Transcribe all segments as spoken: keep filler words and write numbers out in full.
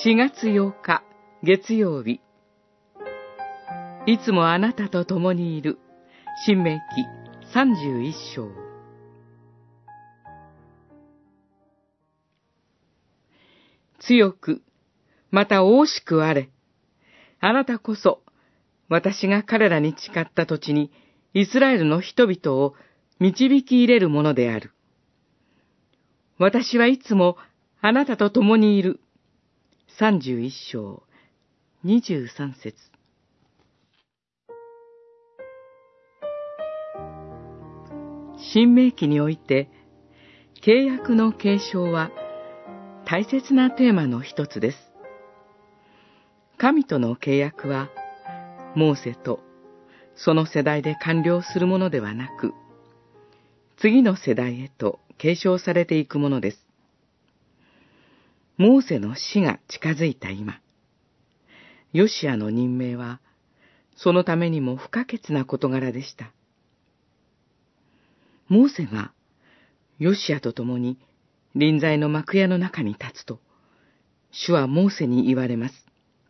しがつようか月曜日、いつもあなたと共にいる申命記さんじゅういっしょう。強く、また大しくあれ。あなたこそ、私が彼らに誓った土地にイスラエルの人々を導き入れるものである。私はいつもあなたと共にいる。さんじゅういっしょう、にじゅうさんせつ。申命記において、契約の継承は大切なテーマの一つです。神との契約は、モーセとその世代で完了するものではなく、次の世代へと継承されていくものです。モーセの死が近づいた今、ヨシアの任命は、そのためにも不可欠な事柄でした。モーセがヨシアと共に臨在の幕屋の中に立つと、主はモーセに言われます。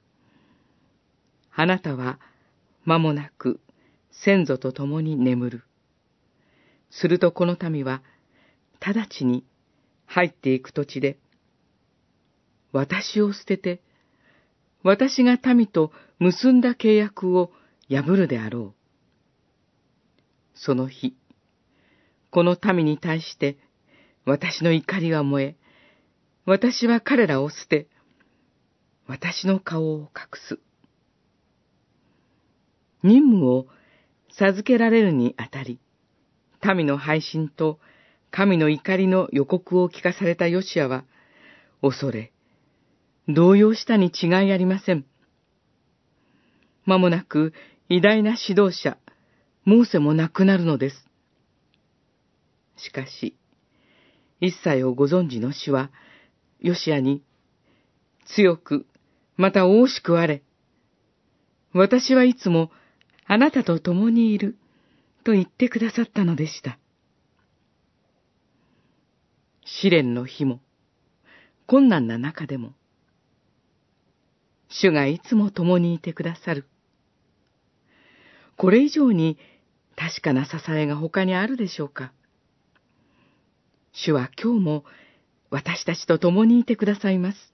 あなたは間もなく先祖と共に眠る。するとこの民は直ちに入っていく土地で、私を捨てて、私が民と結んだ契約を破るであろう。その日、この民に対して私の怒りは燃え、私は彼らを捨て、私の顔を隠す。任務を授けられるにあたり、民の背信と神の怒りの予告を聞かされたヨシアは、恐れ、動揺したに違いありません。間もなく偉大な指導者、モーセも亡くなるのです。しかし、一切をご存知の主は、ヨシアに、強く、また大しくあれ。私はいつもあなたと共にいる、と言ってくださったのでした。試練の日も、困難な中でも、主がいつも共にいてくださる。これ以上に確かな支えが他にあるでしょうか。主は今日も私たちと共にいてくださいます。